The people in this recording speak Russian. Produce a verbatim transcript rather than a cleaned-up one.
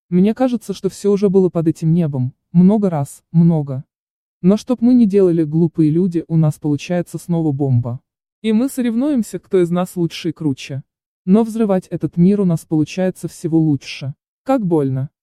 Мне кажется, что все уже было под этим небом, много раз, много. Но чтоб мы не делали, глупые люди, у нас получается снова бомба. И мы соревнуемся, кто из нас лучше и круче. Но взрывать этот мир у нас получается всего лучше. Как больно.